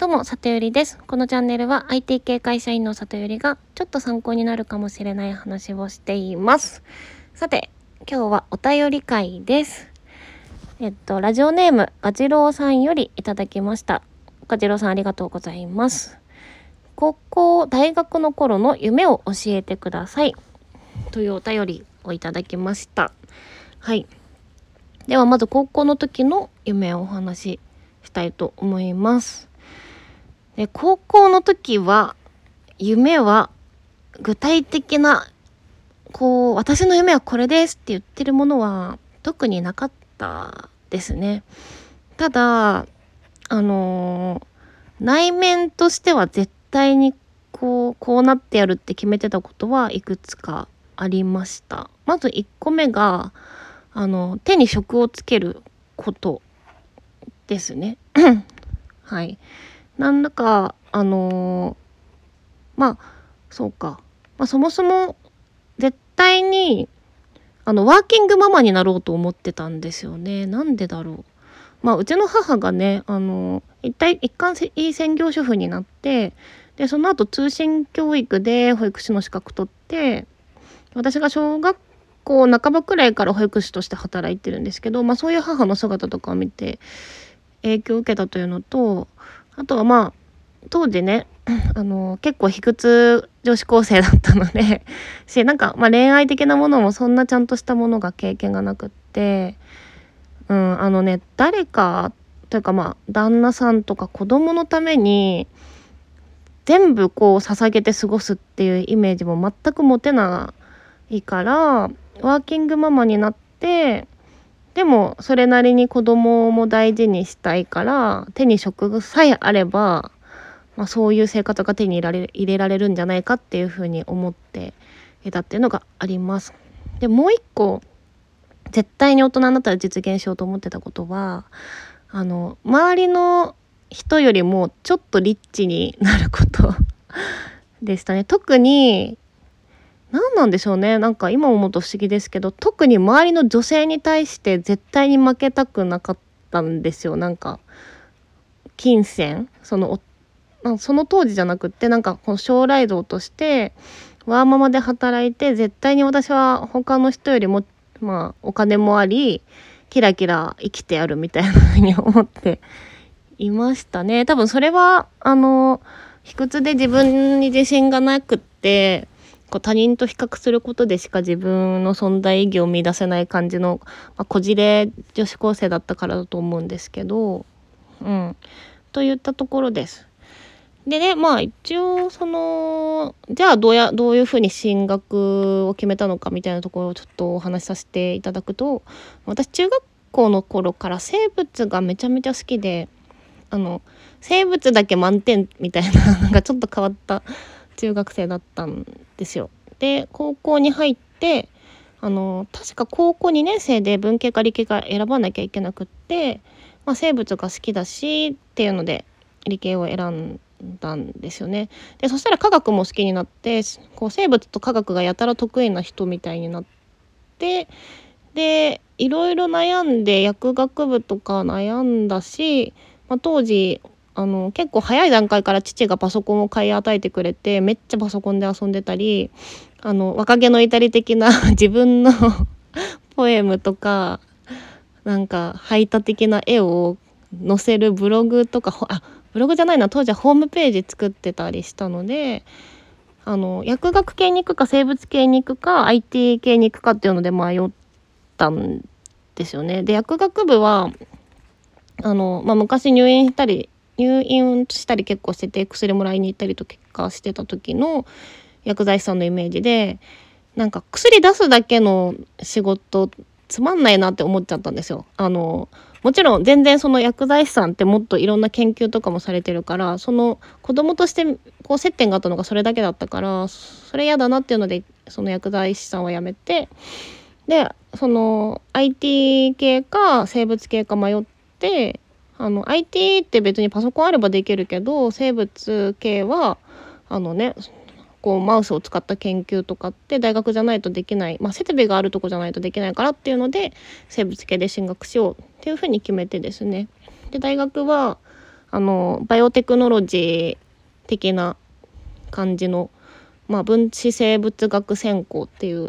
どうも、里よりです。このチャンネルは IT 系会社員の里よりがちょっと参考になるかもしれない話をしています。さて、今日はお便り会です。ラジオネームガジロウさんよりいただきました。ガジロウさんありがとうございます。高校、大学の頃の夢を教えてください。というお便りをいただきました。はい。ではまず高校の時の夢をお話ししたいと思います。で、高校の時は夢は具体的な私の夢はこれですって言ってるものは特になかったですね。ただ内面としては絶対にこうなってやるって決めてたことはいくつかありました。まず1個目が手に職をつけることですね。はい。なんだかそうか、そもそも絶対にワーキングママになろうと思ってたんですよね。なんでだろう。うちの母がね一貫専業主婦になって、でその後通信教育で保育士の資格取って、私が小学校半ばくらいから保育士として働いてるんですけど、そういう母の姿とかを見て影響を受けたというのと、あとは当時ね結構卑屈女子高生だったので恋愛的なものもそんなちゃんとしたものが経験がなくって、誰かというか旦那さんとか子供のために全部捧げて過ごすっていうイメージも全く持てないから、ワーキングママになって、でもそれなりに子供も大事にしたいから手に職さえあれば、そういう生活が手に入れられるんじゃないかっていうふうに思っていたっていうのがあります。でもう一個絶対に大人になったら実現しようと思ってたことは周りの人よりもちょっとリッチになることでしたね。特に何なんでしょうね。今思うと不思議ですけど、特に周りの女性に対して絶対に負けたくなかったんですよ。金銭その当時じゃなくって、この将来像としてワーママで働いて、絶対に私は他の人よりもお金もありキラキラ生きてやるみたいな風に思っていましたね。多分それは卑屈で自分に自信がなくって、他人と比較することでしか自分の存在意義を見出せない感じの、こじれ女子高生だったからだと思うんですけど、といったところです。でね、一応じゃあどういうふうに進学を決めたのかみたいなところをちょっとお話しさせていただくと、私中学校の頃から生物がめちゃめちゃ好きで、生物だけ満点みたいなちょっと変わった中学生だったんですよ。で高校に入って確か高校2年生で文系か理系か選ばなきゃいけなくって、生物が好きだしっていうので理系を選んだんですよね。でそしたら科学も好きになって、生物と科学がやたら得意な人みたいになって、でいろいろ悩んで薬学部とか悩んだし、当時結構早い段階から父がパソコンを買い与えてくれて、めっちゃパソコンで遊んでたり、若気の至り的な自分のポエムとか排他的な絵を載せるブログとかブログじゃないな、当時はホームページ作ってたりしたので、薬学系に行くか生物系に行くか IT 系に行くかっていうので迷ったんですよね。で薬学部は昔入院したり結構してて、薬もらいに行ったりとかしてた時の薬剤師さんのイメージで、薬出すだけの仕事つまんないなって思っちゃったんですよ。もちろん全然その薬剤師さんってもっといろんな研究とかもされてるから、その子供として接点があったのがそれだけだったから、それ嫌だなっていうのでその薬剤師さんは辞めて、でIT 系か生物系か迷って、IT って別にパソコンあればできるけど、生物系はマウスを使った研究とかって大学じゃないとできない、設備があるとこじゃないとできないからっていうので生物系で進学しようっていうふうに決めてですね。で大学はバイオテクノロジー的な感じの、分子生物学専攻っていう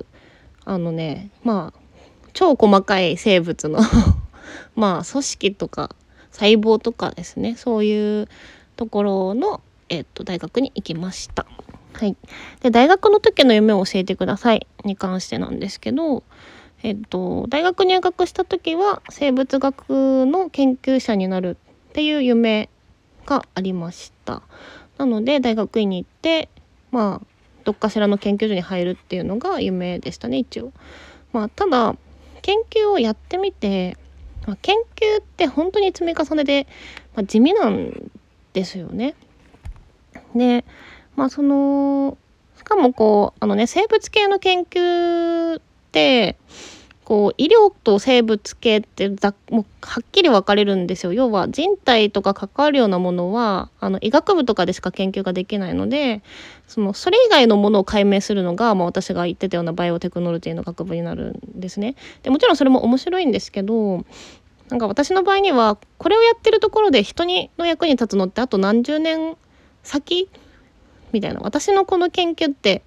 超細かい生物の組織とか細胞とかですね、そういうところの、大学に行きました。はい。で、大学の時の夢を教えてくださいに関してなんですけど、大学入学した時は生物学の研究者になるっていう夢がありました。なので大学院に行ってどっかしらの研究所に入るっていうのが夢でしたね、一応。ただ研究をやってみて、研究って本当に積み重ねで、地味なんですよね。で、しかも生物系の研究って医療と生物系ってもうはっきり分かれるんですよ。要は人体とか関わるようなものは医学部とかでしか研究ができないので、それ以外のものを解明するのが、私が言ってたようなバイオテクノロジーの学部になるんですね。でもちろんそれも面白いんですけど、私の場合にはこれをやってるところで人の役に立つのってあと何十年先みたいな、私のこの研究って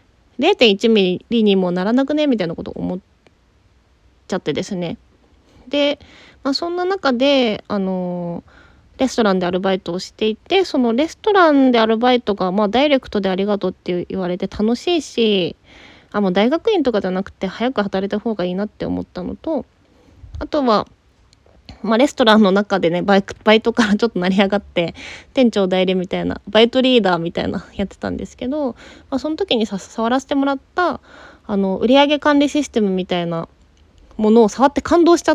0.1 ミリにもならなくねみたいなことを思っちゃってですね。で、そんな中でレストランでアルバイトをしていて、そのレストランでアルバイトがダイレクトでありがとうって言われて楽しいし、もう大学院とかじゃなくて早く働いた方がいいなって思ったのと、あとはレストランの中でね、バイトからちょっと成り上がって店長代理みたいな、バイトリーダーみたいなやってたんですけど、その時に触らせてもらった売上管理システムみたいなものを触って感動しちゃって、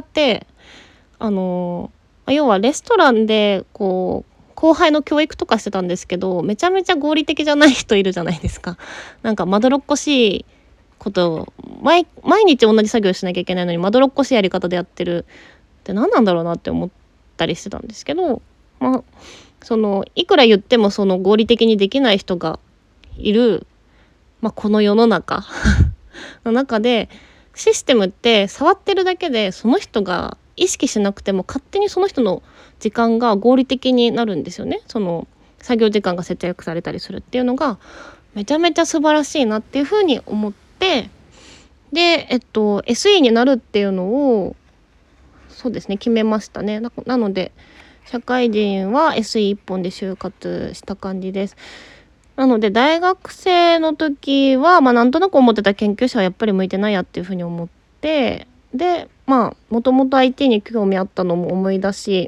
要はレストランで後輩の教育とかしてたんですけど、めちゃめちゃ合理的じゃない人いるじゃないですか。まどろっこしいことを毎日同じ作業しなきゃいけないのにまどろっこしいやり方でやってるって何なんだろうなって思ったりしてたんですけど、いくら言っても合理的にできない人がいる、この世の中の中で、システムって触ってるだけでその人が意識しなくても勝手にその人の時間が合理的になるんですよね。作業時間が節約されたりするっていうのがめちゃめちゃ素晴らしいなっていうふうに思って、で、SE になるっていうのをそうですね決めましたね。なので社会人は SE 一本で就活した感じです。なので大学生の時はなんとなく思ってた研究者はやっぱり向いてないやっていうふうに思って、でもともと IT に興味あったのも思い出し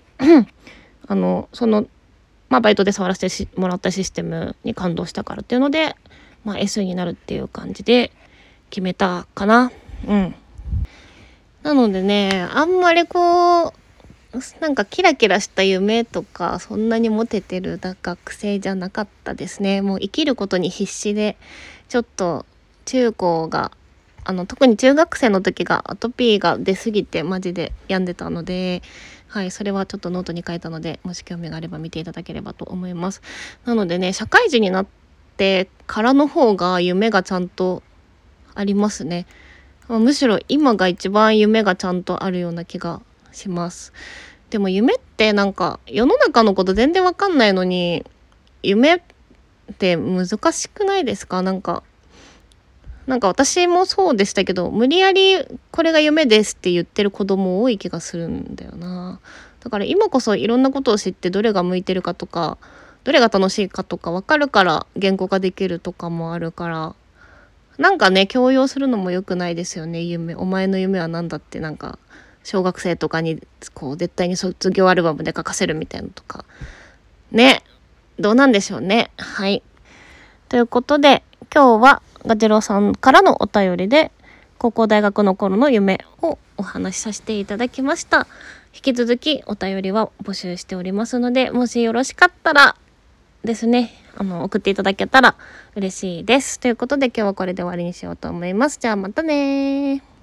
バイトで触らせてもらったシステムに感動したからっていうので、SE になるっていう感じで決めたかな。なのでね、あんまりキラキラした夢とかそんなに持ててる学生じゃなかったですね。もう生きることに必死で、ちょっと中高が特に中学生の時がアトピーが出すぎてマジで病んでたので、それはちょっとノートに書いたので、もし興味があれば見ていただければと思います。なのでね、社会人になってからの方が夢がちゃんとありますね。むしろ今が一番夢がちゃんとあるような気がします。でも夢って世の中のこと全然わかんないのに夢って難しくないですか？私もそうでしたけど、無理やりこれが夢ですって言ってる子供多い気がするんだよな。だから今こそいろんなことを知って、どれが向いてるかとかどれが楽しいかとか分かるから言語化できるとかもあるから、強要するのも良くないですよね。お前の夢は何だって小学生とかに絶対に卒業アルバムで書かせるみたいなのとかね、どうなんでしょうね。はい、ということで今日はガジロさんからのお便りで高校大学の頃の夢をお話しさせていただきました。引き続きお便りは募集しておりますので、もしよろしかったらですね、送っていただけたら嬉しいです。ということで今日はこれで終わりにしようと思います。じゃあまたね。